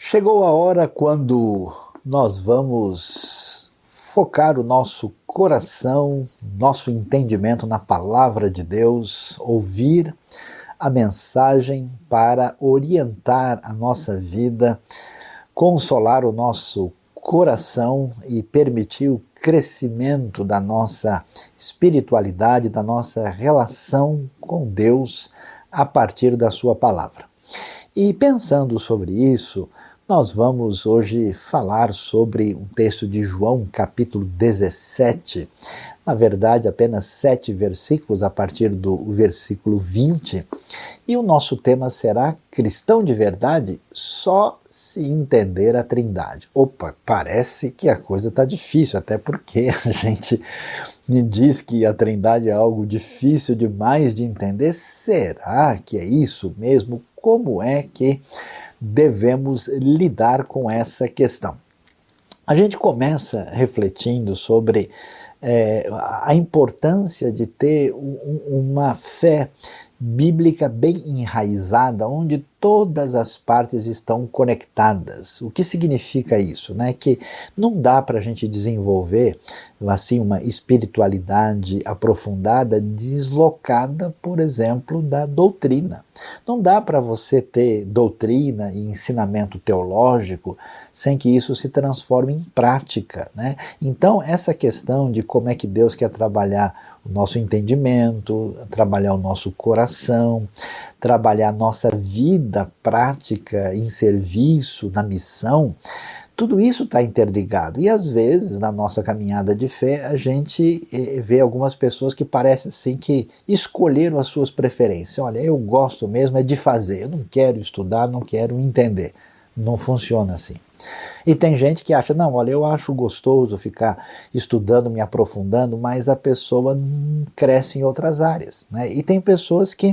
Chegou a hora quando nós vamos focar o nosso coração, nosso entendimento na palavra de Deus, ouvir a mensagem para orientar a nossa vida, consolar o nosso coração e permitir o crescimento da nossa espiritualidade, da nossa relação com Deus a partir da sua palavra. E pensando sobre isso, nós vamos hoje falar sobre um texto de João, capítulo 17, na verdade apenas 7 versículos, a partir do versículo 20, e o nosso tema será cristão de verdade só se entender a Trindade. Opa, parece que a coisa está difícil, até porque a gente me diz que a Trindade é algo difícil demais de entender. Será que é isso mesmo? Como é que devemos lidar com essa questão? A gente começa refletindo sobre a importância de ter uma fé bíblica bem enraizada, onde todas as partes estão conectadas. O que significa isso? Que não dá para a gente desenvolver assim, uma espiritualidade aprofundada deslocada, por exemplo, da doutrina. Não dá para você ter doutrina e ensinamento teológico sem que isso se transforme em prática. Então, essa questão de como é que Deus quer trabalhar o nosso entendimento, trabalhar o nosso coração, trabalhar a nossa vida prática em serviço, na missão, tudo isso está interligado. E às vezes, na nossa caminhada de fé, a gente vê algumas pessoas que parecem assim que escolheram as suas preferências. Olha, eu gosto mesmo é de fazer, eu não quero estudar, não quero entender. Não funciona assim. E tem gente que acha, não, olha, eu acho gostoso ficar estudando, me aprofundando, mas a pessoa cresce em outras áreas. E tem pessoas que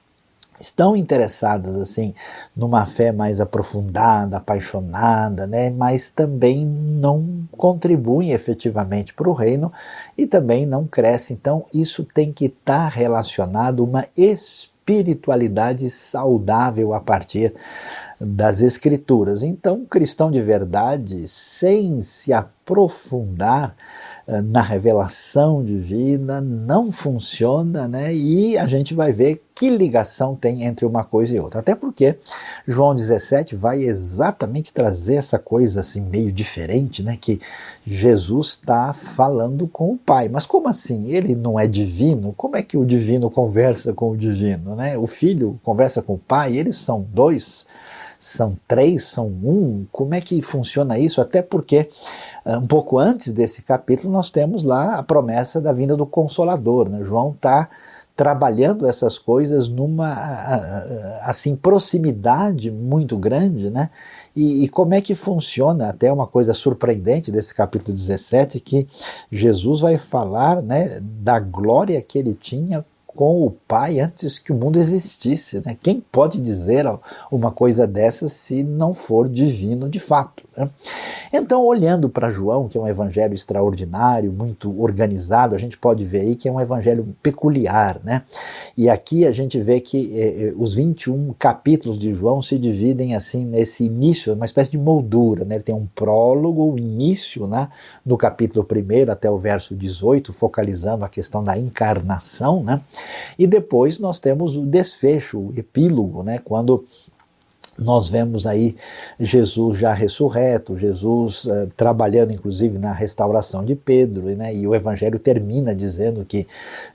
estão interessadas assim numa fé mais aprofundada, apaixonada, mas também não contribuem efetivamente para o reino e também não crescem. Então isso tem que estar relacionado a uma espiritualidade saudável a partir das Escrituras. Então, um cristão de verdade, sem se aprofundar na revelação divina, não funciona, e a gente vai ver que ligação tem entre uma coisa e outra. Até porque João 17 vai exatamente trazer essa coisa assim meio diferente, que Jesus está falando com o Pai. Mas como assim? Ele não é divino? Como é que o divino conversa com o divino? O Filho conversa com o Pai, eles são dois? São 3, são 1, como é que funciona isso? Até porque um pouco antes desse capítulo nós temos lá a promessa da vinda do Consolador. João está trabalhando essas coisas numa assim, proximidade muito grande, E como é que funciona? Até uma coisa surpreendente desse capítulo 17, que Jesus vai falar da glória que ele tinha com o Pai antes que o mundo existisse. Quem pode dizer uma coisa dessa se não for divino de fato? Então, olhando para João, que é um evangelho extraordinário, muito organizado, a gente pode ver aí que é um evangelho peculiar. E aqui a gente vê que os 21 capítulos de João se dividem assim nesse início, uma espécie de moldura. Ele tem um prólogo, o início, no capítulo 1 até o verso 18, focalizando a questão da encarnação, E depois nós temos o desfecho, o epílogo, quando nós vemos aí Jesus já ressurreto, Jesus trabalhando inclusive na restauração de Pedro, e o evangelho termina dizendo que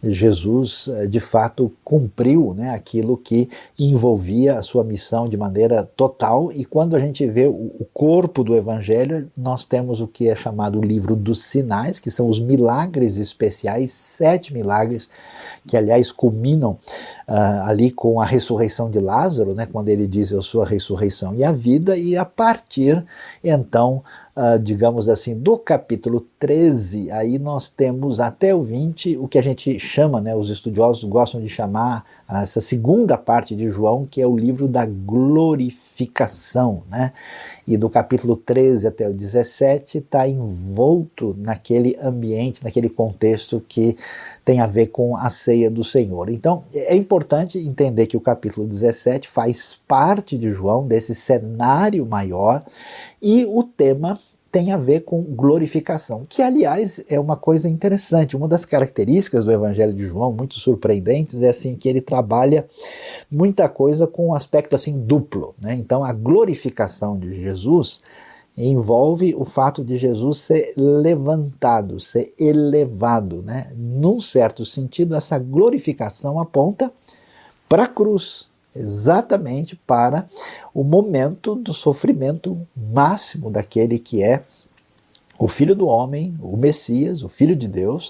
Jesus de fato cumpriu aquilo que envolvia a sua missão de maneira total. E quando a gente vê o corpo do evangelho, nós temos o que é chamado o livro dos sinais, que são os milagres especiais, 7 milagres que aliás culminam ali com a ressurreição de Lázaro, quando ele diz eu sou a ressurreição e a vida, e a partir então, digamos assim, do capítulo 13, aí nós temos até o 20, o que a gente chama, os estudiosos gostam de chamar essa segunda parte de João, que é o livro da glorificação, e do capítulo 13 até o 17 está envolto naquele ambiente, naquele contexto que tem a ver com a ceia do Senhor. Então, é importante entender que o capítulo 17 faz parte de João, desse cenário maior, e o tema tem a ver com glorificação, que aliás é uma coisa interessante. Uma das características do Evangelho de João, muito surpreendentes, é assim que ele trabalha muita coisa com um aspecto assim duplo, né? Então a glorificação de Jesus envolve o fato de Jesus ser levantado, ser elevado, né? Num certo sentido, essa glorificação aponta para a cruz, exatamente para o momento do sofrimento máximo daquele que é o Filho do Homem, o Messias, o Filho de Deus,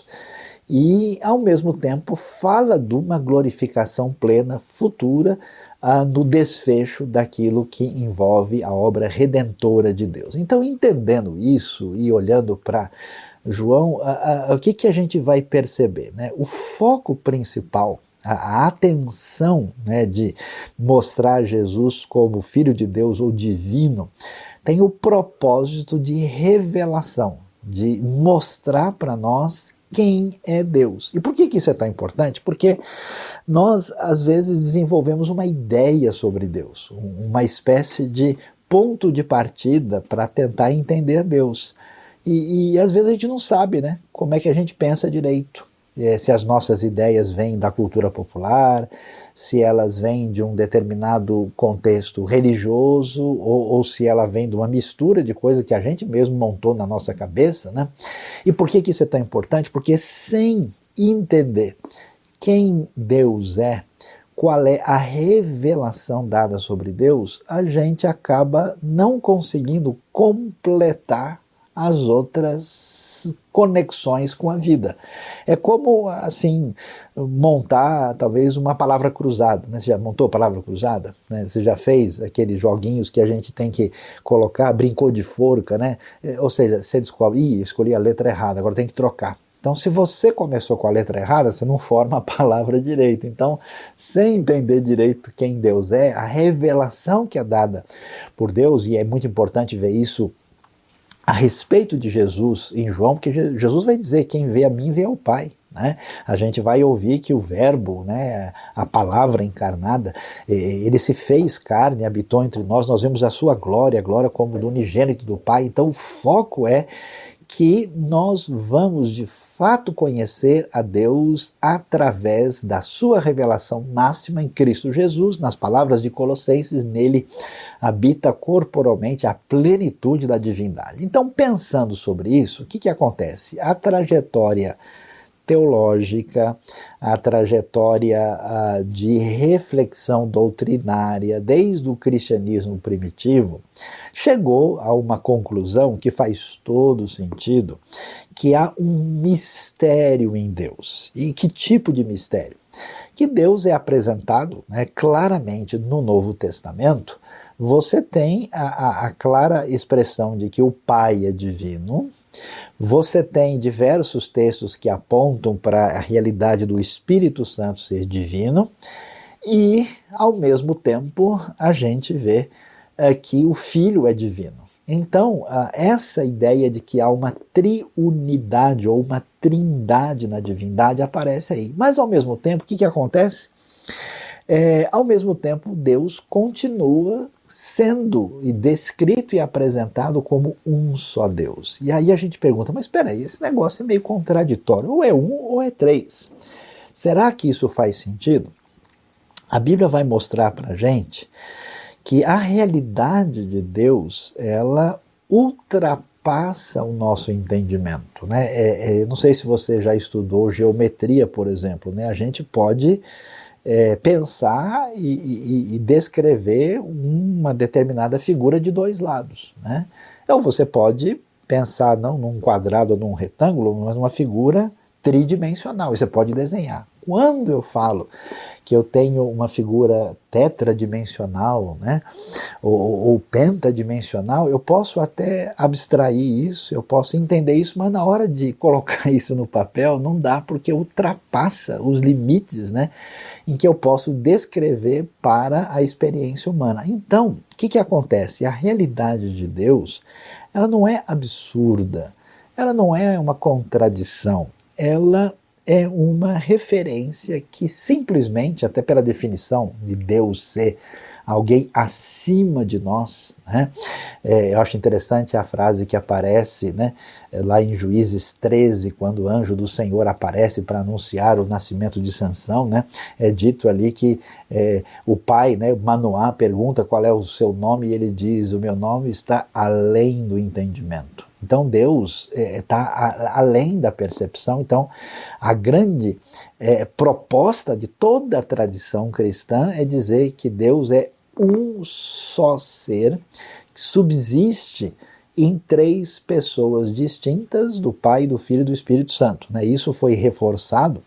e ao mesmo tempo fala de uma glorificação plena futura no desfecho daquilo que envolve a obra redentora de Deus. Então, entendendo isso e olhando para João, o que a gente vai perceber, né? O foco principal, a atenção, né, de mostrar Jesus como Filho de Deus ou divino, tem o propósito de revelação, de mostrar para nós quem é Deus. E por que isso é tão importante? Porque nós, às vezes, desenvolvemos uma ideia sobre Deus, uma espécie de ponto de partida para tentar entender Deus. E às vezes a gente não sabe, né, como é que a gente pensa direito. Se as nossas ideias vêm da cultura popular, se elas vêm de um determinado contexto religioso, ou se ela vem de uma mistura de coisas que a gente mesmo montou na nossa cabeça, né? E por que isso é tão importante? Porque sem entender quem Deus é, qual é a revelação dada sobre Deus, a gente acaba não conseguindo completar as outras conexões com a vida. É como, assim, montar, talvez, uma palavra cruzada, né? Você já montou a palavra cruzada? Né? Você já fez aqueles joguinhos que a gente tem que colocar, brincou de forca, né? Ou seja, você descobre, escolhi a letra errada, agora tem que trocar. Então, se você começou com a letra errada, você não forma a palavra direito. Então, sem entender direito quem Deus é, a revelação que é dada por Deus, e é muito importante ver isso a respeito de Jesus em João, porque Jesus vai dizer, quem vê a mim vê ao Pai. Né? A gente vai ouvir que o verbo, né, a palavra encarnada, ele se fez carne, habitou entre nós, nós vemos a sua glória, a glória como do unigênito do Pai. Então o foco é que nós vamos de fato conhecer a Deus através da sua revelação máxima em Cristo Jesus. Nas palavras de Colossenses, nele habita corporalmente a plenitude da divindade. Então, pensando sobre isso, o que acontece? A trajetória teológica, a trajetória de reflexão doutrinária desde o cristianismo primitivo, chegou a uma conclusão que faz todo sentido, que há um mistério em Deus. E que tipo de mistério? Que Deus é apresentado, né, claramente no Novo Testamento. Você tem a clara expressão de que o Pai é divino. Você tem diversos textos que apontam para a realidade do Espírito Santo ser divino e, ao mesmo tempo, a gente vê que o Filho é divino. Então, essa ideia de que há uma triunidade ou uma trindade na divindade aparece aí. Mas, ao mesmo tempo, o que acontece? Ao mesmo tempo, Deus continua sendo descrito e apresentado como um só Deus. E aí a gente pergunta, mas espera aí, esse negócio é meio contraditório, ou é um ou é três. Será que isso faz sentido? A Bíblia vai mostrar para a gente que a realidade de Deus, ela ultrapassa o nosso entendimento. Né? Não sei se você já estudou geometria, por exemplo, né? A gente pode pensar e descrever uma determinada figura de dois lados. Né? Então você pode pensar não num quadrado ou num retângulo, mas numa figura tridimensional, e você pode desenhar. Quando eu falo que eu tenho uma figura tetradimensional, né, ou pentadimensional, eu posso até abstrair isso, eu posso entender isso, mas na hora de colocar isso no papel não dá, porque ultrapassa os limites, né, em que eu posso descrever para a experiência humana. Então, o que acontece? A realidade de Deus, ela não é absurda, ela não é uma contradição, ela é uma referência que simplesmente, até pela definição de Deus ser alguém acima de nós, né? Eu acho interessante a frase que aparece, né, lá em Juízes 13, quando o anjo do Senhor aparece para anunciar o nascimento de Sansão, né? É dito ali que o pai, né, Manoá, pergunta qual é o seu nome e ele diz: o meu nome está além do entendimento. Então Deus está além da percepção. Então a grande proposta de toda a tradição cristã é dizer que Deus é um só ser que subsiste em três pessoas distintas, do Pai, do Filho e do Espírito Santo. Isso foi reforçado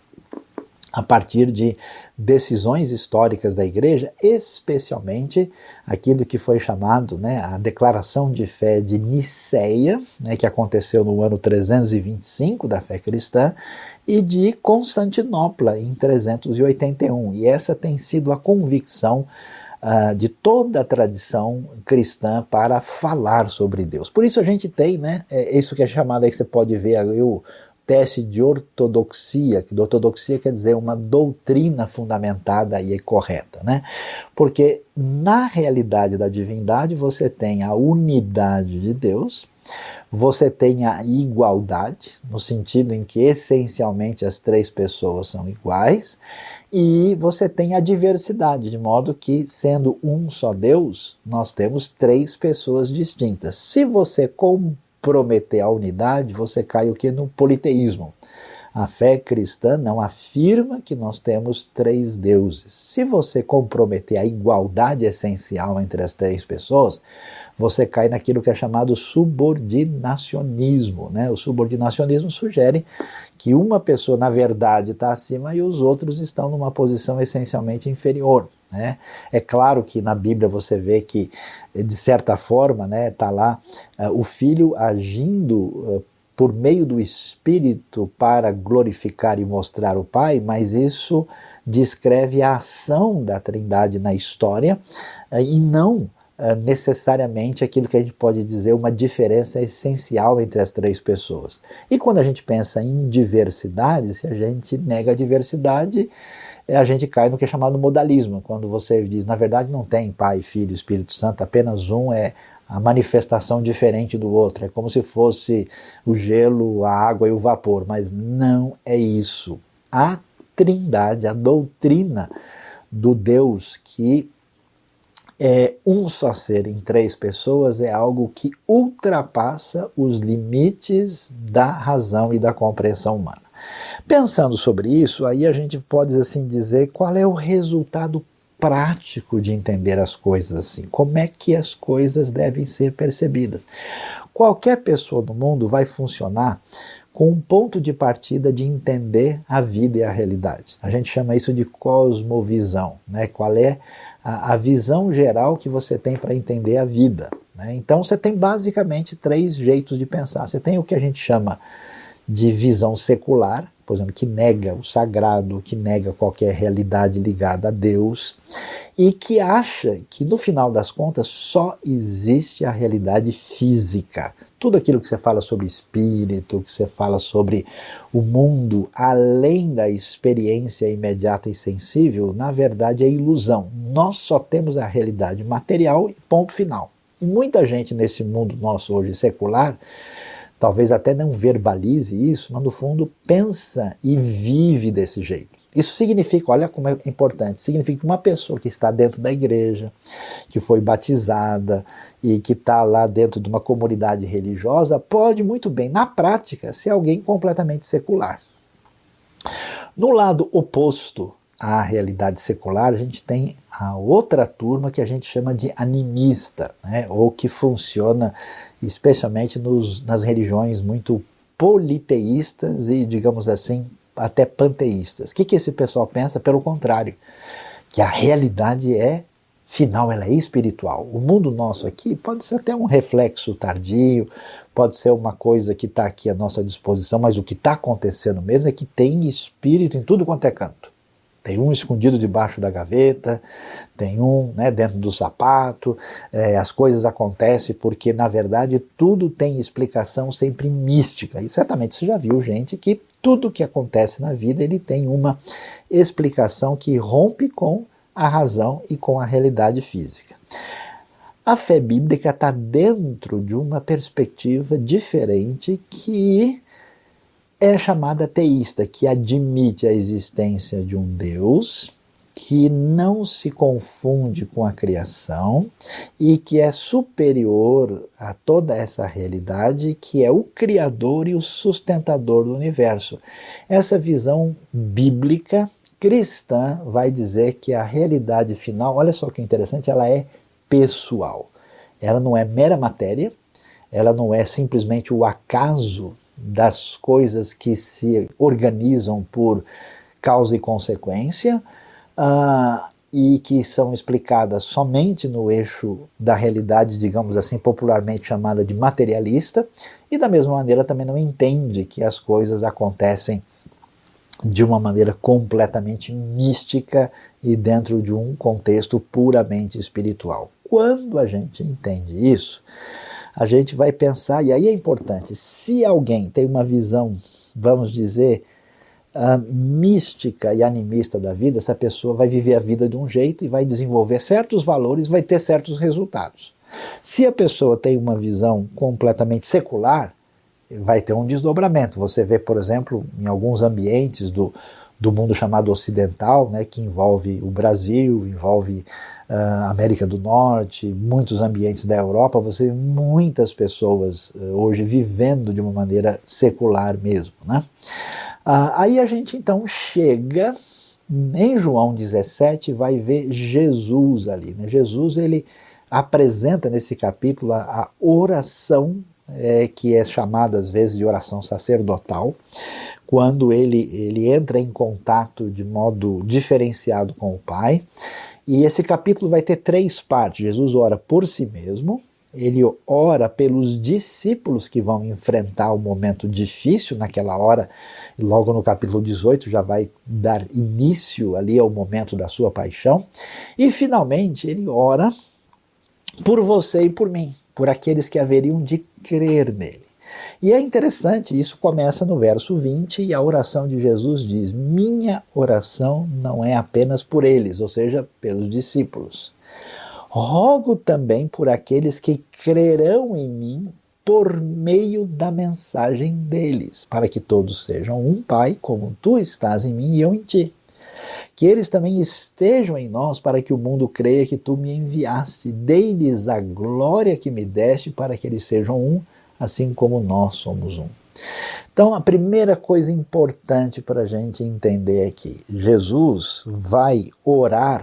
a partir de decisões históricas da Igreja, especialmente aquilo que foi chamado, né, a Declaração de Fé de Niceia, né, que aconteceu no ano 325 da fé cristã, e de Constantinopla, em 381. E essa tem sido a convicção de toda a tradição cristã para falar sobre Deus. Por isso a gente tem, né, isso que é chamado, aí que você pode ver aí, o teste de ortodoxia, que ortodoxia quer dizer uma doutrina fundamentada e correta, né? Porque na realidade da divindade você tem a unidade de Deus, você tem a igualdade, no sentido em que essencialmente as três pessoas são iguais, e você tem a diversidade, de modo que, sendo um só Deus, nós temos três pessoas distintas. Se você comprometer a unidade, você cai o que? No politeísmo. A fé cristã não afirma que nós temos três deuses. Se você comprometer a igualdade essencial entre as três pessoas, você cai naquilo que é chamado subordinacionismo, né? O subordinacionismo sugere que uma pessoa, na verdade, está acima e os outros estão numa posição essencialmente inferior, né? É claro que na Bíblia você vê que, de certa forma, né, está lá o Filho agindo por meio do Espírito para glorificar e mostrar o Pai, mas isso descreve a ação da Trindade na história e não necessariamente aquilo que a gente pode dizer uma diferença essencial entre as três pessoas. E quando a gente pensa em diversidade, se a gente nega a diversidade, a gente cai no que é chamado modalismo, quando você diz, na verdade não tem Pai, Filho, Espírito Santo, apenas um é a manifestação diferente do outro, é como se fosse o gelo, a água e o vapor, mas não é isso. A Trindade, a doutrina do Deus que é um só ser em três pessoas, é algo que ultrapassa os limites da razão e da compreensão humana. Pensando sobre isso, aí a gente pode assim dizer qual é o resultado prático de entender as coisas assim. Como é que as coisas devem ser percebidas? Qualquer pessoa no mundo vai funcionar com um ponto de partida de entender a vida e a realidade. A gente chama isso de cosmovisão, né? Qual é a visão geral que você tem para entender a vida, né? Então você tem basicamente três jeitos de pensar. Você tem o que a gente chama de visão secular, por exemplo, que nega o sagrado, que nega qualquer realidade ligada a Deus e que acha que no final das contas só existe a realidade física. Tudo aquilo que você fala sobre espírito, que você fala sobre o mundo além da experiência imediata e sensível, na verdade é ilusão. Nós só temos a realidade material e ponto final. E muita gente nesse mundo nosso hoje secular talvez até não verbalize isso, mas no fundo pensa e vive desse jeito. Isso significa, olha como é importante, significa que uma pessoa que está dentro da igreja, que foi batizada e que está lá dentro de uma comunidade religiosa, pode muito bem, na prática, ser alguém completamente secular. No lado oposto à realidade secular, a gente tem a outra turma que a gente chama de animista, né? Ou que funciona especialmente nas religiões muito politeístas e, digamos assim, até panteístas. O que esse pessoal pensa? Pelo contrário, que a realidade é final, ela é espiritual. O mundo nosso aqui pode ser até um reflexo tardio, pode ser uma coisa que está aqui à nossa disposição, mas o que está acontecendo mesmo é que tem espírito em tudo quanto é canto. Tem um escondido debaixo da gaveta, tem um, né, dentro do sapato, as coisas acontecem porque, na verdade, tudo tem explicação sempre mística. E certamente você já viu gente que tudo que acontece na vida ele tem uma explicação que rompe com a razão e com a realidade física. A fé bíblica está dentro de uma perspectiva diferente que é chamada teísta, que admite a existência de um Deus que não se confunde com a criação e que é superior a toda essa realidade, que é o Criador e o sustentador do universo. Essa visão bíblica cristã vai dizer que a realidade final, olha só que interessante, ela é pessoal. Ela não é mera matéria, ela não é simplesmente o acaso das coisas que se organizam por causa e consequência e que são explicadas somente no eixo da realidade, digamos assim, popularmente chamada de materialista, e da mesma maneira também não entende que as coisas acontecem de uma maneira completamente mística e dentro de um contexto puramente espiritual. Quando a gente entende isso, a gente vai pensar, e aí é importante, se alguém tem uma visão, vamos dizer, mística e animista da vida, essa pessoa vai viver a vida de um jeito e vai desenvolver certos valores, vai ter certos resultados. Se a pessoa tem uma visão completamente secular, vai ter um desdobramento. Você vê, por exemplo, em alguns ambientes do mundo chamado ocidental, né, que envolve o Brasil, envolve a América do Norte, muitos ambientes da Europa, você vê muitas pessoas hoje vivendo de uma maneira secular mesmo, né? Aí a gente então chega em João 17 e vai ver Jesus ali, né? Jesus, ele apresenta nesse capítulo a oração que é chamada às vezes de oração sacerdotal, quando ele entra em contato de modo diferenciado com o Pai. E esse capítulo vai ter 3 partes. Jesus ora por si mesmo, ele ora pelos discípulos que vão enfrentar um momento difícil naquela hora, e logo no capítulo 18 já vai dar início ali ao momento da sua paixão. E finalmente ele ora por você e por mim, por aqueles que haveriam de crer nele. E é interessante, isso começa no verso 20 e a oração de Jesus diz: minha oração não é apenas por eles, ou seja, pelos discípulos. Rogo também por aqueles que crerão em mim por meio da mensagem deles, para que todos sejam um, Pai, como tu estás em mim e eu em ti. Que eles também estejam em nós, para que o mundo creia que tu me enviaste. Dei-lhes a glória que me deste, para que eles sejam um, assim como nós somos um. Então, a primeira coisa importante para a gente entender aqui, Jesus vai orar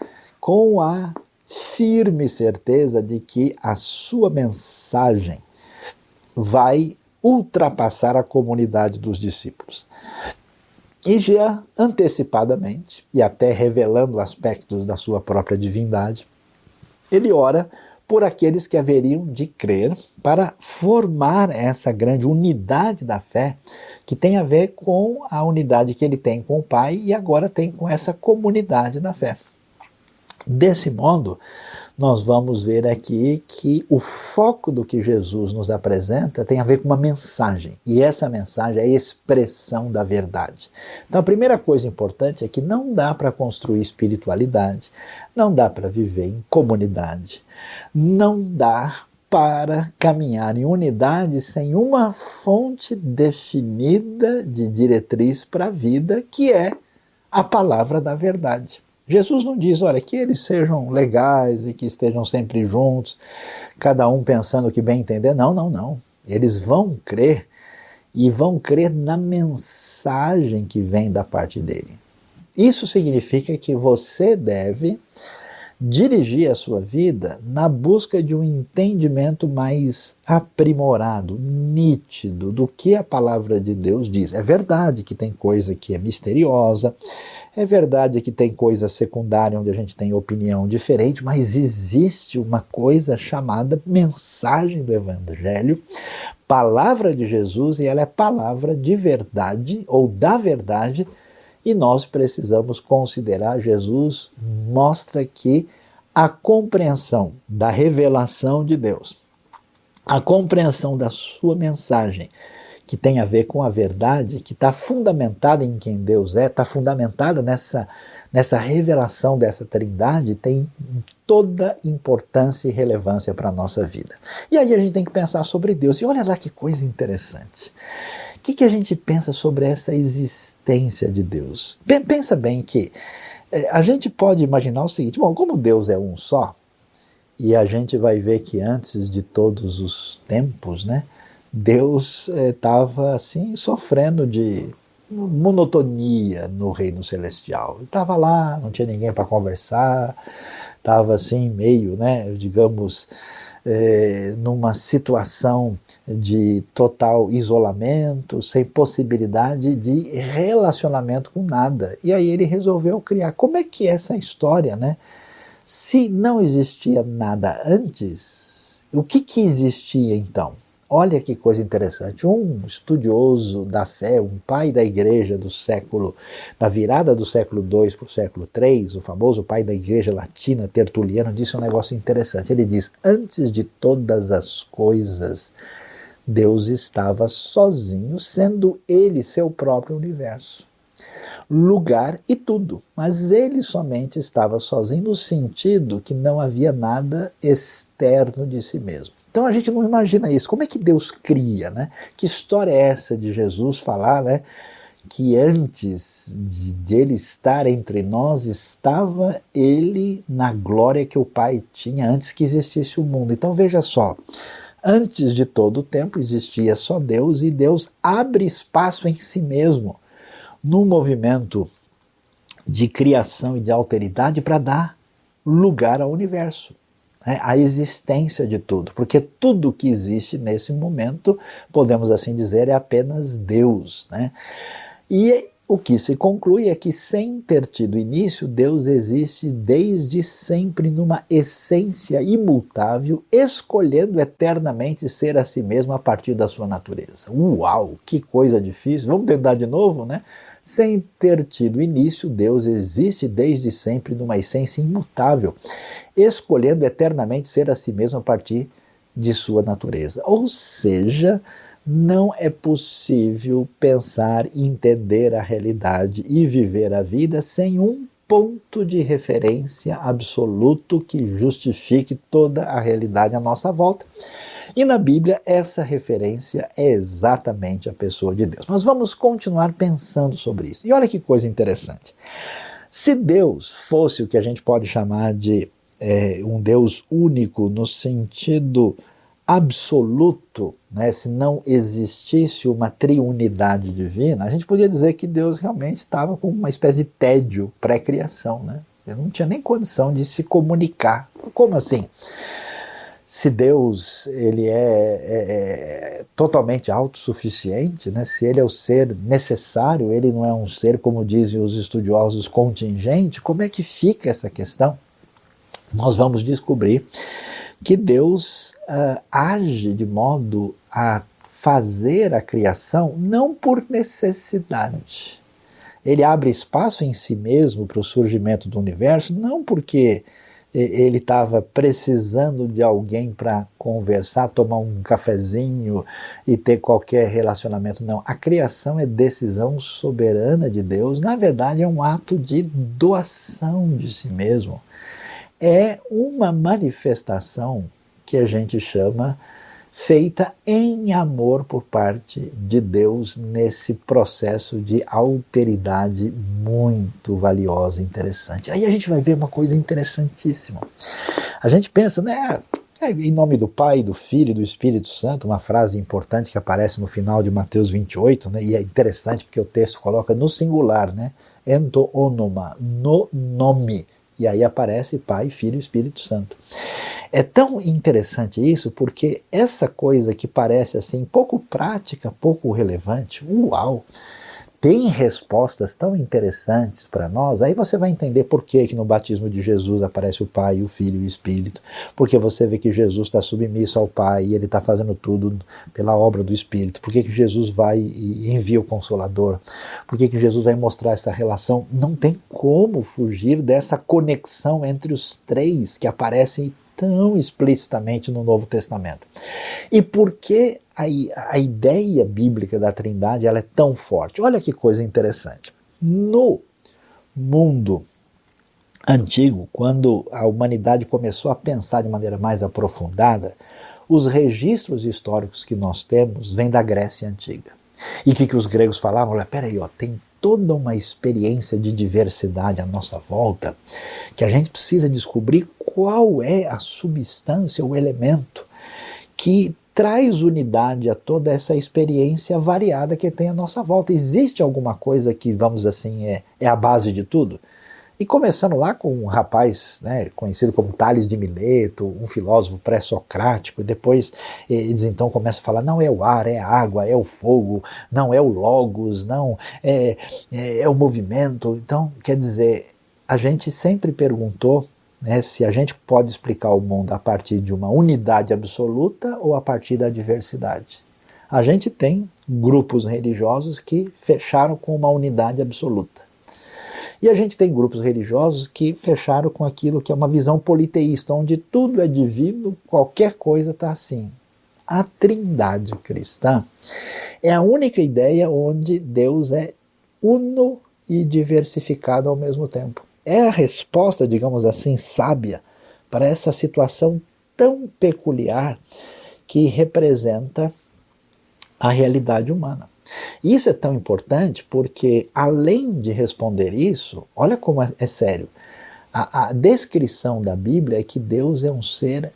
com a firme certeza de que a sua mensagem vai ultrapassar a comunidade dos discípulos. E já antecipadamente, e até revelando aspectos da sua própria divindade, ele ora por aqueles que haveriam de crer para formar essa grande unidade da fé que tem a ver com a unidade que ele tem com o Pai e agora tem com essa comunidade da fé. Desse modo, nós vamos ver aqui que o foco do que Jesus nos apresenta tem a ver com uma mensagem, e essa mensagem é a expressão da verdade. Então a primeira coisa importante é que não dá para construir espiritualidade, não dá para viver em comunidade, não dá para caminhar em unidade sem uma fonte definida de diretriz para a vida, que é a palavra da verdade. Jesus não diz, olha, que eles sejam legais e que estejam sempre juntos, cada um pensando o que bem entender. Não, não, não. Eles vão crer e vão crer na mensagem que vem da parte dele. Isso significa que você deve dirigir a sua vida na busca de um entendimento mais aprimorado, nítido do que a palavra de Deus diz. É verdade que tem coisa que é misteriosa, é verdade que tem coisa secundária onde a gente tem opinião diferente, mas existe uma coisa chamada mensagem do Evangelho, palavra de Jesus, e ela é palavra de verdade ou da verdade. E nós precisamos considerar, Jesus mostra que a compreensão da revelação de Deus, a compreensão da sua mensagem, que tem a ver com a verdade, que está fundamentada em quem Deus é, está fundamentada nessa revelação dessa Trindade, tem toda importância e relevância para a nossa vida. E aí a gente tem que pensar sobre Deus. E olha lá que coisa interessante. O que a gente pensa sobre essa existência de Deus? Pensa bem que a gente pode imaginar o seguinte: bom, como Deus é um só, e a gente vai ver que antes de todos os tempos, né, Deus estava assim sofrendo de monotonia no reino celestial. Ele estava lá, não tinha ninguém para conversar, estava assim meio, né, digamos, numa situação de total isolamento, sem possibilidade de relacionamento com nada. E aí ele resolveu criar. Como é que é essa história, né? Se não existia nada antes, o que existia então? Olha que coisa interessante. Um estudioso da fé, um pai da igreja da virada do século II para o século III, o famoso pai da igreja latina, Tertuliano, disse um negócio interessante. Ele diz: antes de todas as coisas, Deus estava sozinho, sendo ele seu próprio universo, lugar e tudo. Mas ele somente estava sozinho no sentido que não havia nada externo de si mesmo. Então a gente não imagina isso. Como é que Deus cria, né? Que história é essa de Jesus falar, né, que antes de ele estar entre nós, estava ele na glória que o Pai tinha antes que existisse o mundo. Então veja só, antes de todo o tempo existia só Deus, e Deus abre espaço em si mesmo num movimento de criação e de alteridade para dar lugar ao universo, a existência de tudo, porque tudo que existe nesse momento, podemos assim dizer, é apenas Deus, né? E o que se conclui é que, sem ter tido início, Deus existe desde sempre numa essência imutável, escolhendo eternamente ser a si mesmo a partir da sua natureza. Uau, que coisa difícil! Vamos tentar de novo, né? Sem ter tido início, Deus existe desde sempre numa essência imutável, escolhendo eternamente ser a si mesmo a partir de sua natureza. Ou seja, não é possível pensar, entender a realidade e viver a vida sem um ponto de referência absoluto que justifique toda a realidade à nossa volta. E na Bíblia, essa referência é exatamente a pessoa de Deus. Mas vamos continuar pensando sobre isso. E olha que coisa interessante. Se Deus fosse o que a gente pode chamar de um Deus único no sentido absoluto, né, se não existisse uma triunidade divina, a gente podia dizer que Deus realmente estava com uma espécie de tédio pré-criação, né? Ele não tinha nem condição de se comunicar. Como assim? Se Deus ele é totalmente autossuficiente, né? Se ele é o ser necessário, ele não é um ser, como dizem os estudiosos, contingente, como é que fica essa questão? Nós vamos descobrir que Deus age de modo a fazer a criação não por necessidade. Ele abre espaço em si mesmo para o surgimento do universo, não porque ele estava precisando de alguém para conversar, tomar um cafezinho e ter qualquer relacionamento. Não, a criação é decisão soberana de Deus. Na verdade, é um ato de doação de si mesmo. É uma manifestação que a gente chama feita em amor por parte de Deus nesse processo de alteridade muito valiosa e interessante. Aí a gente vai ver uma coisa interessantíssima. A gente pensa, né, em nome do Pai, do Filho e do Espírito Santo, uma frase importante que aparece no final de Mateus 28, né, e é interessante porque o texto coloca no singular, né, ento onoma, no nome. E aí aparece Pai, Filho e Espírito Santo. É tão interessante isso, porque essa coisa que parece assim pouco prática, pouco relevante, uau, tem respostas tão interessantes para nós. Aí você vai entender por que no batismo de Jesus aparece o Pai, o Filho e o Espírito, porque você vê que Jesus está submisso ao Pai e ele está fazendo tudo pela obra do Espírito. Por que Jesus vai e envia o Consolador? Por que Jesus vai mostrar essa relação? Não tem como fugir dessa conexão entre os três que aparecem tão explicitamente no Novo Testamento. E por que a ideia bíblica da Trindade ela é tão forte? Olha que coisa interessante. No mundo antigo, quando a humanidade começou a pensar de maneira mais aprofundada, os registros históricos que nós temos vêm da Grécia Antiga. E o que os gregos falavam? Olha, peraí, tem toda uma experiência de diversidade à nossa volta, que a gente precisa descobrir qual é a substância, o elemento que traz unidade a toda essa experiência variada que tem à nossa volta. Existe alguma coisa que, vamos assim, é a base de tudo? E começando lá com um rapaz, né, conhecido como Tales de Mileto, um filósofo pré-socrático, e depois eles então começam a falar, não é o ar, é a água, é o fogo, não é o logos, não é o movimento. Então, quer dizer, a gente sempre perguntou, né, se a gente pode explicar o mundo a partir de uma unidade absoluta ou a partir da diversidade. A gente tem grupos religiosos que fecharam com uma unidade absoluta. E a gente tem grupos religiosos que fecharam com aquilo que é uma visão politeísta, onde tudo é divino, qualquer coisa está assim. A Trindade cristã é a única ideia onde Deus é uno e diversificado ao mesmo tempo. É a resposta, digamos assim, sábia para essa situação tão peculiar que representa a realidade humana. E isso é tão importante porque, além de responder isso, olha como é sério, a descrição da Bíblia é que Deus é um ser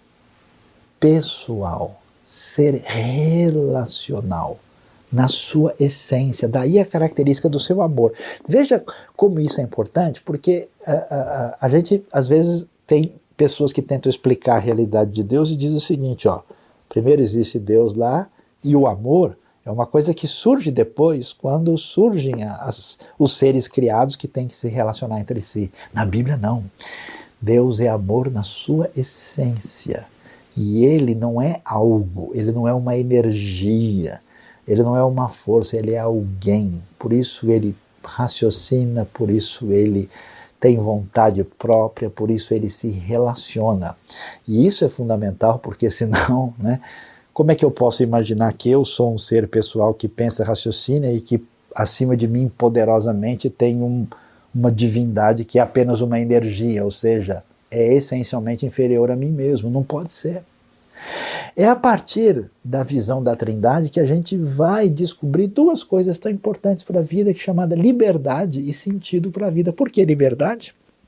pessoal, ser relacional, na sua essência, daí a característica do seu amor. Veja como isso é importante, porque a gente, às vezes, tem pessoas que tentam explicar a realidade de Deus e dizem o seguinte, primeiro existe Deus lá, e o amor é uma coisa que surge depois, quando surgem os seres criados que têm que se relacionar entre si. Na Bíblia, não. Deus é amor na sua essência. E ele não é algo, ele não é uma energia, ele não é uma força, ele é alguém. Por isso ele raciocina, por isso ele tem vontade própria, por isso ele se relaciona. E isso é fundamental, porque senão, né, como é que eu posso imaginar que eu sou um ser pessoal que pensa, raciocina e que acima de mim poderosamente tem uma divindade que é apenas uma energia, ou seja, é essencialmente inferior a mim mesmo? Não pode ser. É a partir da visão da Trindade que a gente vai descobrir duas coisas tão importantes para a vida, que é chamada liberdade e sentido para a vida. Por que liberdade?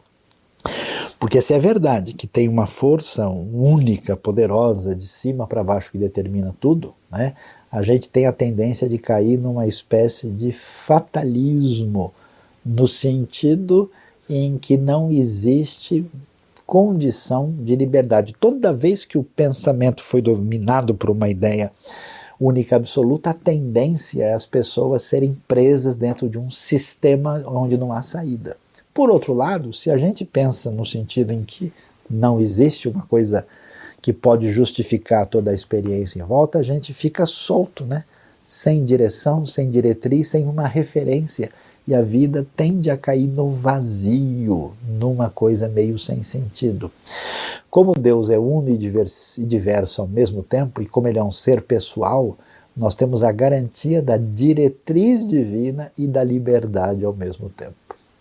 Porque se é verdade que tem uma força única, poderosa, de cima para baixo que determina tudo, né, a gente tem a tendência de cair numa espécie de fatalismo, no sentido em que não existe condição de liberdade. Toda vez que o pensamento foi dominado por uma ideia única absoluta, a tendência é as pessoas serem presas dentro de um sistema onde não há saída. Por outro lado, se a gente pensa no sentido em que não existe uma coisa que pode justificar toda a experiência em volta, a gente fica solto, né? Sem direção, sem diretriz, sem uma referência. E a vida tende a cair no vazio, numa coisa meio sem sentido. Como Deus é uno e diverso ao mesmo tempo, e como ele é um ser pessoal, nós temos a garantia da diretriz divina e da liberdade ao mesmo tempo.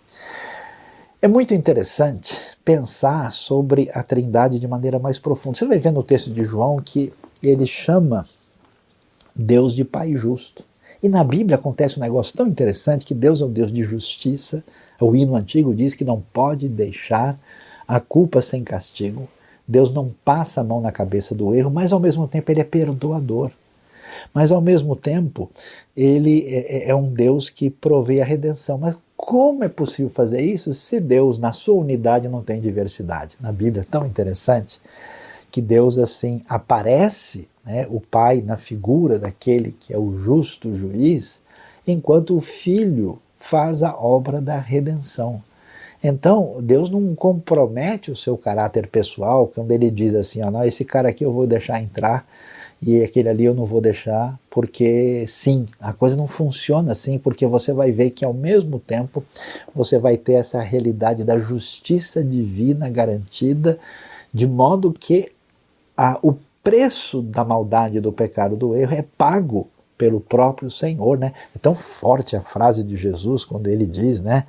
É muito interessante pensar sobre a Trindade de maneira mais profunda. Você vai ver no texto de João que ele chama Deus de Pai justo. E na Bíblia acontece um negócio tão interessante, que Deus é um Deus de justiça. O hino antigo diz que não pode deixar a culpa sem castigo. Deus não passa a mão na cabeça do erro, mas ao mesmo tempo ele é perdoador. Mas ao mesmo tempo, ele é um Deus que provê a redenção. Mas como é possível fazer isso se Deus, na sua unidade, não tem diversidade? Na Bíblia é tão interessante que Deus assim aparece, né, o Pai na figura daquele que é o justo juiz, enquanto o Filho faz a obra da redenção. Então, Deus não compromete o seu caráter pessoal quando ele diz assim, ó, não, esse cara aqui eu vou deixar entrar e aquele ali eu não vou deixar, porque sim, a coisa não funciona assim, porque você vai ver que ao mesmo tempo você vai ter essa realidade da justiça divina garantida, de modo que o preço da maldade, do pecado, do erro é pago pelo próprio Senhor, né? É tão forte a frase de Jesus quando ele diz, né?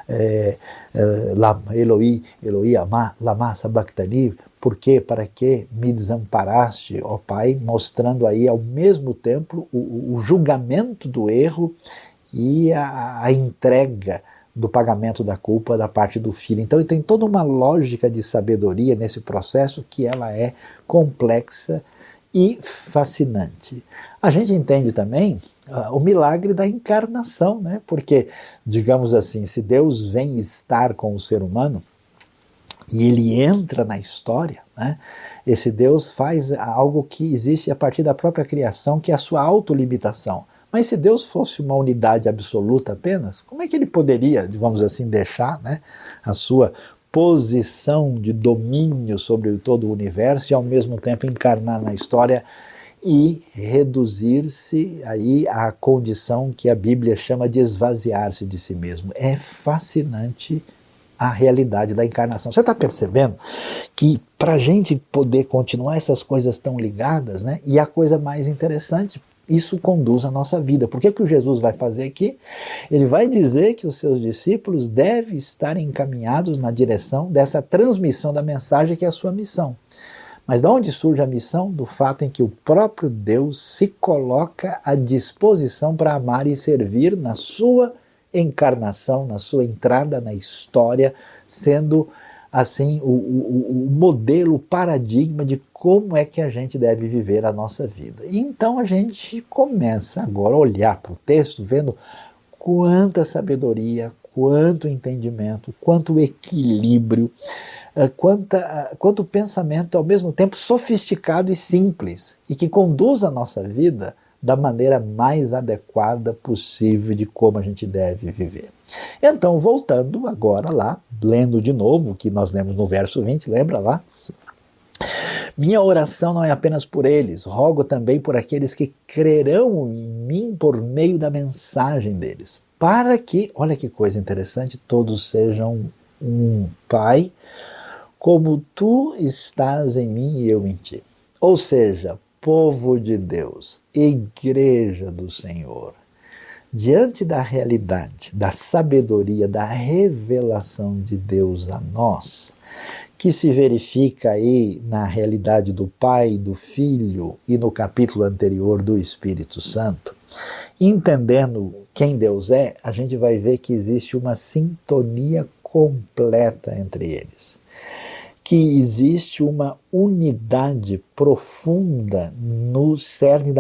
Eloi, Eloi, lama sabachthani, por quê? Para que me desamparaste, ó Pai? Mostrando aí ao mesmo tempo o julgamento do erro e a entrega do pagamento da culpa da parte do Filho. Então tem toda uma lógica de sabedoria nesse processo que ela é complexa e fascinante. A gente entende também o milagre da encarnação, né? Porque, digamos assim, se Deus vem estar com o ser humano e ele entra na história, né? Esse Deus faz algo que existe a partir da própria criação, que é a sua autolimitação. Mas se Deus fosse uma unidade absoluta apenas, como é que ele poderia, digamos assim, deixar, né, a sua posição de domínio sobre todo o universo e ao mesmo tempo encarnar na história e reduzir-se aí à condição que a Bíblia chama de esvaziar-se de si mesmo? É fascinante a realidade da encarnação. Você está percebendo que para a gente poder continuar essas coisas tão ligadas, né, e a coisa mais interessante, isso conduz a nossa vida. Por que o Jesus vai fazer aqui? Ele vai dizer que os seus discípulos devem estar encaminhados na direção dessa transmissão da mensagem que é a sua missão. Mas de onde surge a missão? Do fato em que o próprio Deus se coloca à disposição para amar e servir na sua encarnação, na sua entrada na história, sendo assim o modelo, o paradigma de como é que a gente deve viver a nossa vida. E então a gente começa agora a olhar para o texto, vendo quanta sabedoria, quanto entendimento, quanto equilíbrio, quanto pensamento ao mesmo tempo sofisticado e simples, e que conduz a nossa vida da maneira mais adequada possível de como a gente deve viver. Então, voltando agora lá, lendo de novo o que nós lemos no verso 20, lembra lá? Minha oração não é apenas por eles, rogo também por aqueles que crerão em mim por meio da mensagem deles, para que, olha que coisa interessante, todos sejam um. Pai, como tu estás em mim e eu em ti. Ou seja, povo de Deus, igreja do Senhor, diante da realidade, da sabedoria, da revelação de Deus a nós, que se verifica aí na realidade do Pai, do Filho e no capítulo anterior do Espírito Santo, entendendo quem Deus é, a gente vai ver que existe uma sintonia completa entre eles, que existe uma unidade profunda no cerne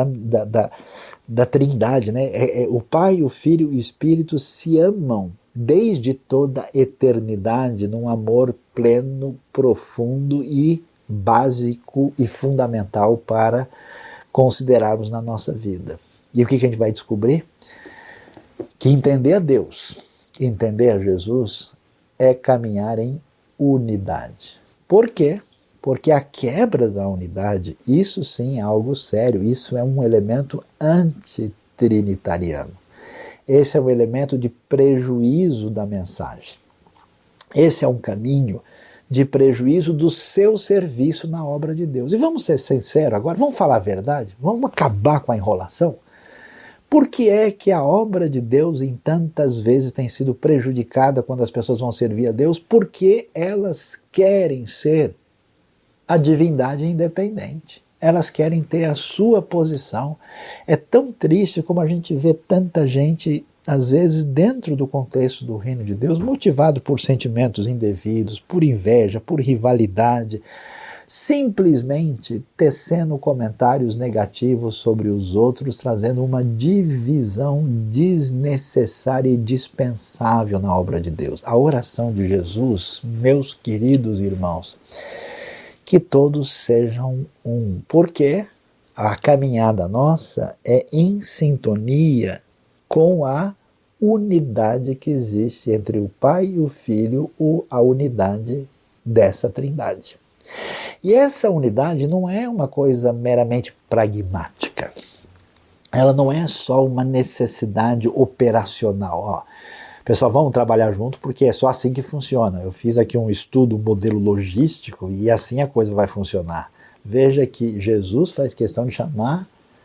da Trindade, né? O Pai, o Filho e o Espírito se amam desde toda a eternidade num amor pleno, profundo e básico e fundamental para considerarmos na nossa vida. E o que a gente vai descobrir? Que entender a Deus, entender a Jesus é caminhar em unidade. Por quê? Porque a quebra da unidade, isso sim é algo sério, isso é um elemento antitrinitariano. Esse é um elemento de prejuízo da mensagem. Esse é um caminho de prejuízo do seu serviço na obra de Deus. E vamos ser sinceros agora, vamos falar a verdade? Vamos acabar com a enrolação? Por que é que a obra de Deus em tantas vezes tem sido prejudicada quando as pessoas vão servir a Deus? Porque elas querem ser a divindade independente. Elas querem ter a sua posição. É tão triste como a gente vê tanta gente, às vezes, dentro do contexto do reino de Deus, motivado por sentimentos indevidos, por inveja, por rivalidade, simplesmente tecendo comentários negativos sobre os outros, trazendo uma divisão desnecessária e dispensável na obra de Deus. A oração de Jesus, meus queridos irmãos, que todos sejam um, porque a caminhada nossa é em sintonia com a unidade que existe entre o Pai e o Filho, a unidade dessa trindade. E essa unidade não é uma coisa meramente pragmática. Ela não é só uma necessidade operacional. Ó, pessoal, vamos trabalhar junto porque é só assim que funciona. Eu fiz aqui um estudo, um modelo logístico e assim a coisa vai funcionar. Veja que Jesus faz questão de chamar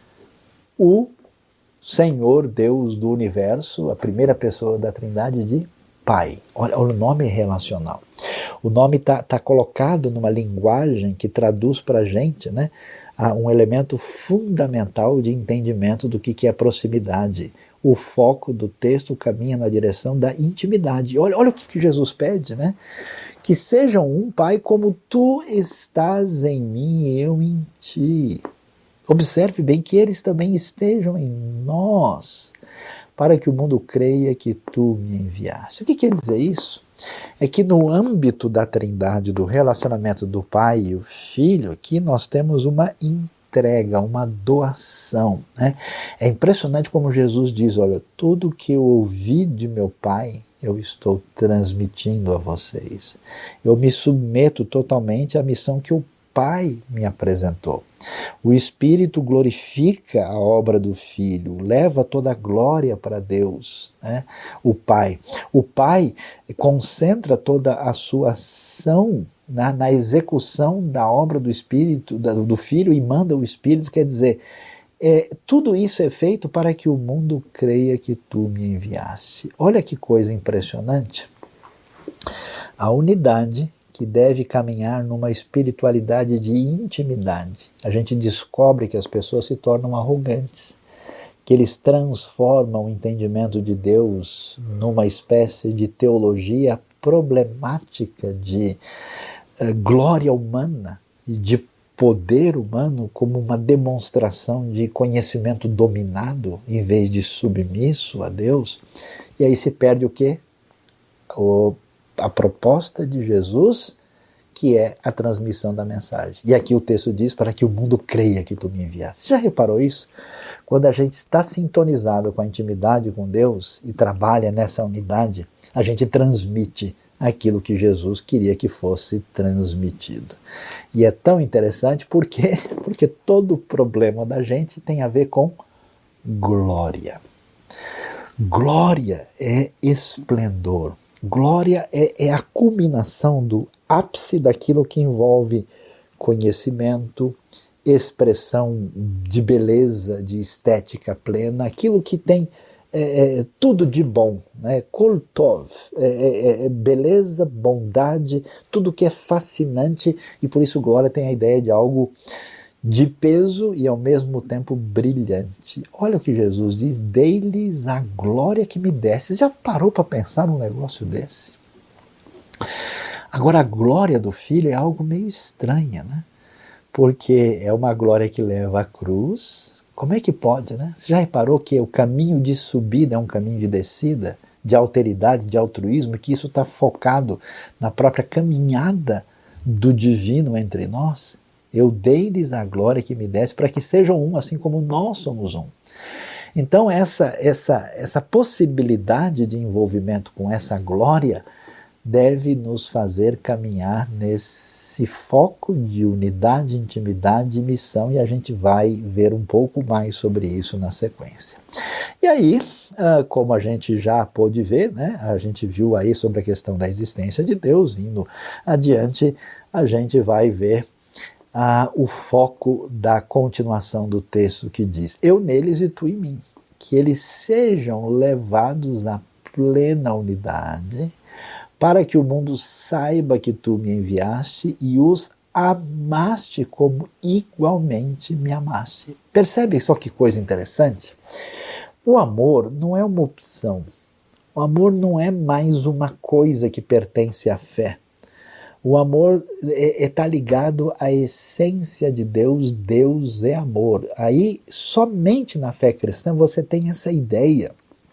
o Senhor, Deus do universo, a primeira pessoa da Trindade, de Pai. Olha o nome relacional. O nome está colocado numa linguagem que traduz para a gente, né, um elemento fundamental de entendimento do que é proximidade. O foco do texto caminha na direção da intimidade. Olha o que Jesus pede, né? Que sejam um, Pai, como tu estás em mim e eu em ti. Observe bem que eles também estejam em nós, para que o mundo creia que tu me enviaste. O que quer dizer isso? É que no âmbito da trindade, do relacionamento do Pai e o Filho, aqui nós temos uma entrega, uma doação, né? É impressionante como Jesus diz, olha, tudo que eu ouvi de meu Pai, eu estou transmitindo a vocês. Eu me submeto totalmente à missão que o Pai me apresentou. O Espírito glorifica a obra do Filho, leva toda a glória para Deus, né? O Pai. O Pai concentra toda a sua ação na execução da obra do Espírito, do Filho, e manda o Espírito, quer dizer, tudo isso é feito para que o mundo creia que tu me enviaste. Olha que coisa impressionante. A unidade que deve caminhar numa espiritualidade de intimidade. A gente descobre que as pessoas se tornam arrogantes, que eles transformam o entendimento de Deus numa espécie de teologia problemática de glória humana e de poder humano como uma demonstração de conhecimento dominado em vez de submisso a Deus. E aí se perde o quê? A proposta de Jesus, que é a transmissão da mensagem. E aqui o texto diz, para que o mundo creia que tu me enviaste. Já reparou isso? Quando a gente está sintonizado com a intimidade com Deus e trabalha nessa unidade, a gente transmite aquilo que Jesus queria que fosse transmitido. E é tão interessante porque todo problema da gente tem a ver com glória. Glória é esplendor. Glória é a culminação do ápice daquilo que envolve conhecimento, expressão de beleza, de estética plena, aquilo que tem tudo de bom, né? Kol tov, beleza, bondade, tudo que é fascinante, e por isso glória tem a ideia de algo de peso e ao mesmo tempo brilhante. Olha o que Jesus diz, dei-lhes a glória que me desse. Já parou para pensar num negócio desse? Agora a glória do Filho é algo meio estranha, né? Porque é uma glória que leva à cruz. Como é que pode, né? Você já reparou que o caminho de subida é um caminho de descida, de alteridade, de altruísmo, que isso está focado na própria caminhada do divino entre nós? Eu dei-lhes a glória que me desse para que sejam um, assim como nós somos um. Então essa possibilidade de envolvimento com essa glória deve nos fazer caminhar nesse foco de unidade, intimidade e missão, e a gente vai ver um pouco mais sobre isso na sequência. E aí, como a gente já pôde ver, né, a gente viu aí sobre a questão da existência de Deus, indo adiante, a gente vai ver o foco da continuação do texto que diz, eu neles e tu em mim, que eles sejam levados à plena unidade, para que o mundo saiba que tu me enviaste e os amaste como igualmente me amaste. Percebe só que coisa interessante? O amor não é uma opção. O amor não é mais uma coisa que pertence à fé. O amor está ligado à essência de Deus. Deus é amor. Aí, somente na fé cristã, você tem essa ideia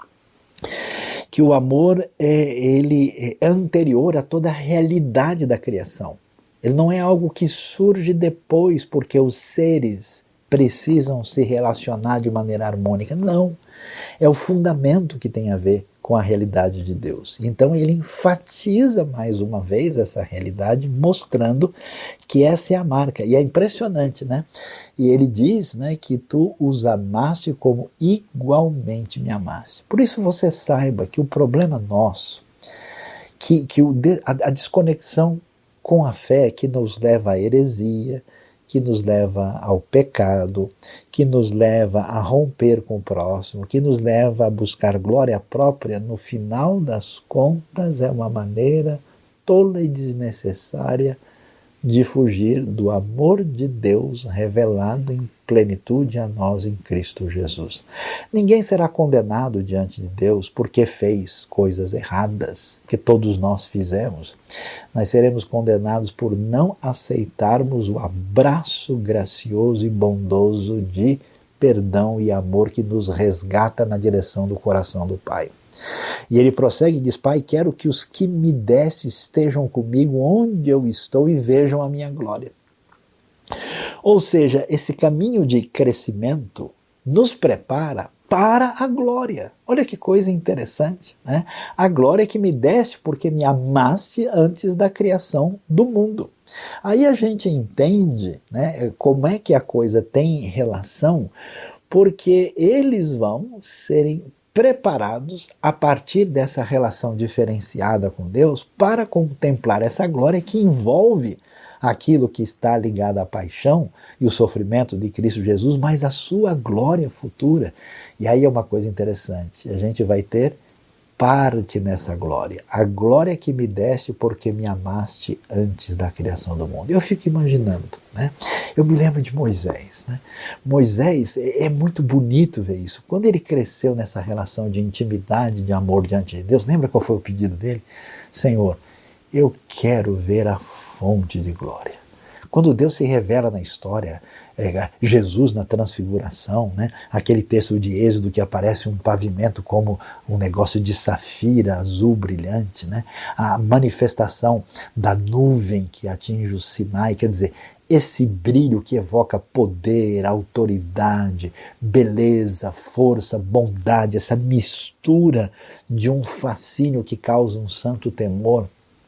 que o amor ele é anterior a toda a realidade da criação. Ele não é algo que surge depois porque os seres precisam se relacionar de maneira harmônica. Não. É o fundamento que tem a ver com a realidade de Deus. Então ele enfatiza mais uma vez essa realidade, mostrando que essa é a marca. E é impressionante, né? E ele diz, né, que tu os amaste como igualmente me amaste. Por isso você saiba que o problema nosso, que a desconexão com a fé que nos leva à heresia, que nos leva ao pecado, que nos leva a romper com o próximo, que nos leva a buscar glória própria, no final das contas é uma maneira tola e desnecessária de fugir do amor de Deus revelado em plenitude a nós em Cristo Jesus. Ninguém será condenado diante de Deus porque fez coisas erradas, que todos nós fizemos. Nós seremos condenados por não aceitarmos o abraço gracioso e bondoso de perdão e amor que nos resgata na direção do coração do Pai. E ele prossegue e diz: Pai, quero que os que me deste estejam comigo onde eu estou e vejam a minha glória. Ou seja, esse caminho de crescimento nos prepara para a glória. Olha que coisa interessante, né? A glória que me deste porque me amaste antes da criação do mundo. Aí a gente entende, né, como é que a coisa tem relação, porque eles vão serem preparados a partir dessa relação diferenciada com Deus para contemplar essa glória que envolve aquilo que está ligado à paixão e o sofrimento de Cristo Jesus, mas a sua glória futura. E aí é uma coisa interessante, a gente vai ter parte nessa glória. A glória que me deste porque me amaste antes da criação do mundo. Eu fico imaginando, né? Eu me lembro de Moisés, né? Moisés, é muito bonito ver isso. Quando ele cresceu nessa relação de intimidade, de amor diante de Deus, lembra qual foi o pedido dele? Senhor, eu quero ver a fonte de glória. Quando Deus se revela na história, Jesus na transfiguração, né? Aquele texto de Êxodo que aparece um pavimento como um negócio de safira azul brilhante, né? A manifestação da nuvem que atinge o Sinai, quer dizer, esse brilho que evoca poder, autoridade, beleza, força, bondade, essa mistura de um fascínio que causa um santo temor.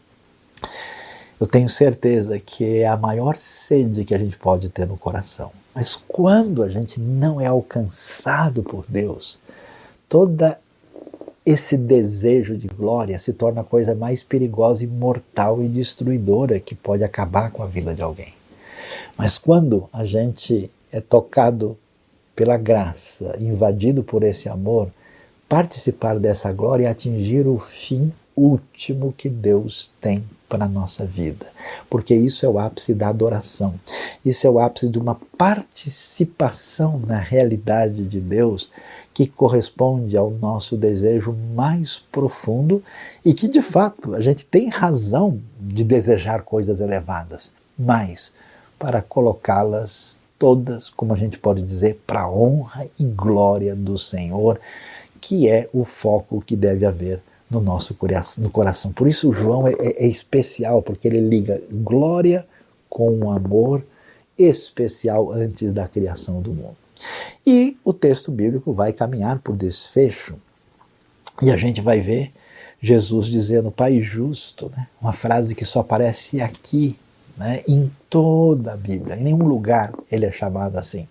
Eu tenho certeza que é a maior sede que a gente pode ter no coração. Mas quando a gente não é alcançado por Deus, todo esse desejo de glória se torna a coisa mais perigosa e mortal e destruidora que pode acabar com a vida de alguém. Mas quando a gente é tocado pela graça, invadido por esse amor, participar dessa glória e atingir o fim último que Deus tem para a nossa vida, porque isso é o ápice da adoração, isso é o ápice de uma participação na realidade de Deus que corresponde ao nosso desejo mais profundo e que de fato a gente tem razão de desejar coisas elevadas, mas para colocá-las todas, como a gente pode dizer, para a honra e glória do Senhor, que é o foco que deve haver no nosso coração. Por isso João é especial, porque ele liga glória com um amor especial antes da criação do mundo. E o texto bíblico vai caminhar por desfecho, e a gente vai ver Jesus dizendo Pai justo, né? Uma frase que só aparece aqui, né? Em toda a Bíblia, em nenhum lugar ele é chamado assim.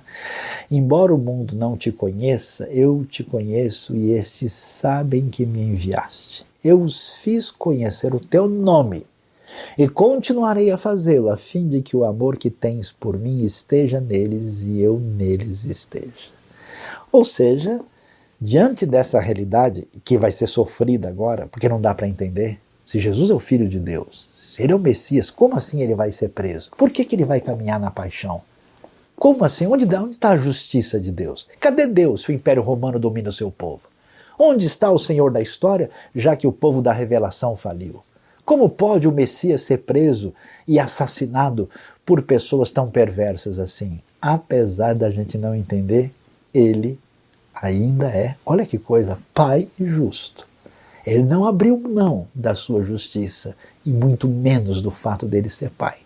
Embora o mundo não te conheça, eu te conheço e esses sabem que me enviaste. Eu os fiz conhecer o teu nome e continuarei a fazê-lo, a fim de que o amor que tens por mim esteja neles e eu neles esteja. Ou seja, diante dessa realidade que vai ser sofrida agora, porque não dá para entender, se Jesus é o Filho de Deus, se ele é o Messias, como assim ele vai ser preso? Por que ele vai caminhar na paixão? Como assim? Onde está a justiça de Deus? Cadê Deus se o Império Romano domina o seu povo? Onde está o Senhor da história, já que o povo da revelação faliu? Como pode o Messias ser preso e assassinado por pessoas tão perversas assim? Apesar da gente não entender, ele ainda é, olha que coisa, Pai justo. Ele não abriu mão da sua justiça e muito menos do fato dele ser Pai.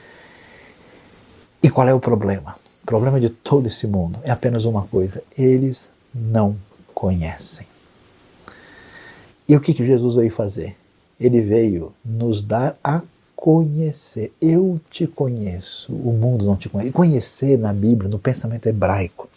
E qual é o problema? O problema de todo esse mundo é apenas uma coisa: eles não conhecem. E o que Jesus veio fazer? Ele veio nos dar a conhecer. Eu te conheço, o mundo não te conhece. E conhecer na Bíblia, no pensamento hebraico,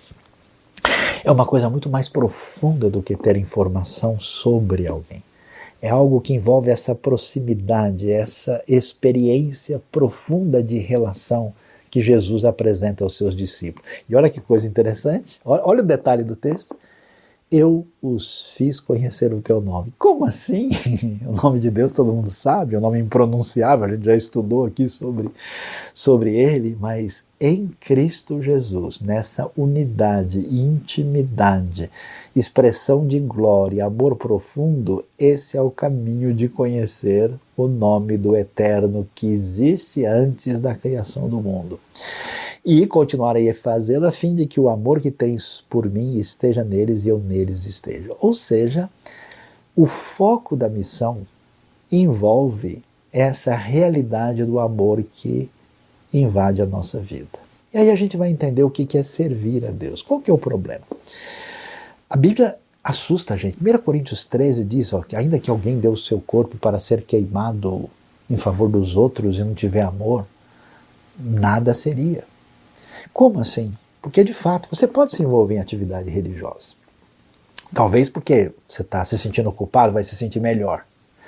é uma coisa muito mais profunda do que ter informação sobre alguém. É algo que envolve essa proximidade, essa experiência profunda de relação que Jesus apresenta aos seus discípulos. E olha que coisa interessante, olha o detalhe do texto. Eu os fiz conhecer o teu nome. Como assim? O nome de Deus todo mundo sabe, é um nome impronunciável, a gente já estudou aqui sobre ele, mas em Cristo Jesus, nessa unidade, intimidade, expressão de glória, amor profundo, esse é o caminho de conhecer o nome do Eterno que existe antes da criação do mundo. E continuarei a fazê-lo a fim de que o amor que tens por mim esteja neles e eu neles esteja. Ou seja, o foco da missão envolve essa realidade do amor que invade a nossa vida. E aí a gente vai entender o que é servir a Deus. Qual que é o problema? A Bíblia assusta a gente. 1 Coríntios 13 diz, que ainda que alguém dê o seu corpo para ser queimado em favor dos outros e não tiver amor, nada seria. Como assim? Porque de fato você pode se envolver em atividade religiosa. Talvez porque você está se sentindo culpado, vai se sentir melhor.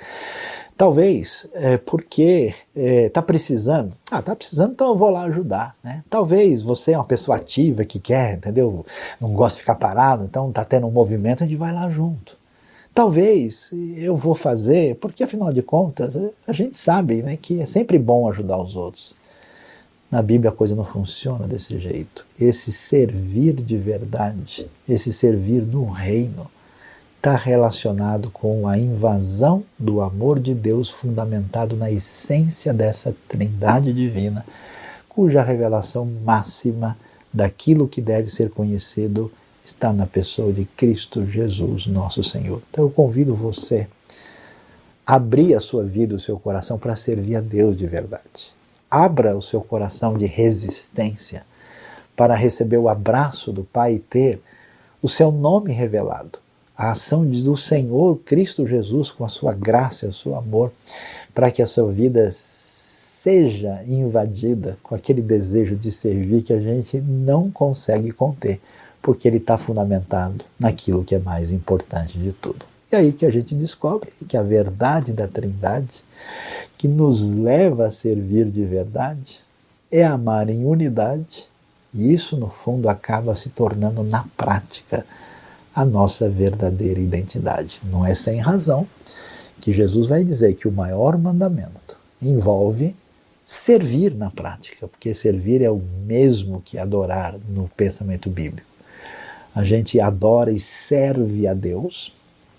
Talvez porque está precisando. Está precisando, então eu vou lá ajudar. Né? Talvez você é uma pessoa ativa que quer, entendeu? Não gosta de ficar parado, então está tendo um movimento, a gente vai lá junto. Talvez eu vou fazer, porque afinal de contas a gente sabe, né, que é sempre bom ajudar os outros. Na Bíblia a coisa não funciona desse jeito. Esse servir de verdade, esse servir no reino, está relacionado com a invasão do amor de Deus fundamentado na essência dessa trindade divina, cuja revelação máxima daquilo que deve ser conhecido está na pessoa de Cristo Jesus, nosso Senhor. Então eu convido você a abrir a sua vida, o seu coração para servir a Deus de verdade. Abra o seu coração de resistência para receber o abraço do Pai e ter o seu nome revelado. A ação do Senhor Cristo Jesus com a sua graça e o seu amor, para que a sua vida seja invadida com aquele desejo de servir que a gente não consegue conter, porque ele está fundamentado naquilo que é mais importante de tudo. E aí que a gente descobre que a verdade da Trindade, que nos leva a servir de verdade, é amar em unidade, e isso no fundo acaba se tornando na prática a nossa verdadeira identidade. Não é sem razão que Jesus vai dizer que o maior mandamento envolve servir na prática, porque servir é o mesmo que adorar no pensamento bíblico. A gente adora e serve a Deus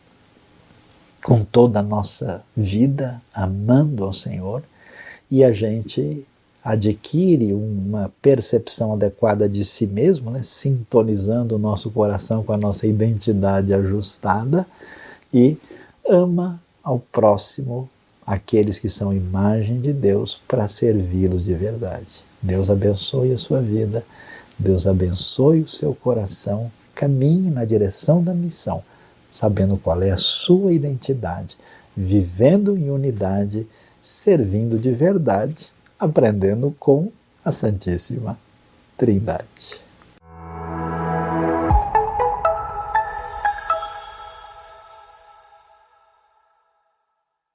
com toda a nossa vida, amando ao Senhor, e a gente adquire uma percepção adequada de si mesmo, né? Sintonizando o nosso coração com a nossa identidade ajustada, e ama ao próximo, aqueles que são imagem de Deus, para servi-los de verdade. Deus abençoe a sua vida, Deus abençoe o seu coração, caminhe na direção da missão, sabendo qual é a sua identidade, vivendo em unidade, servindo de verdade, aprendendo com a Santíssima Trindade.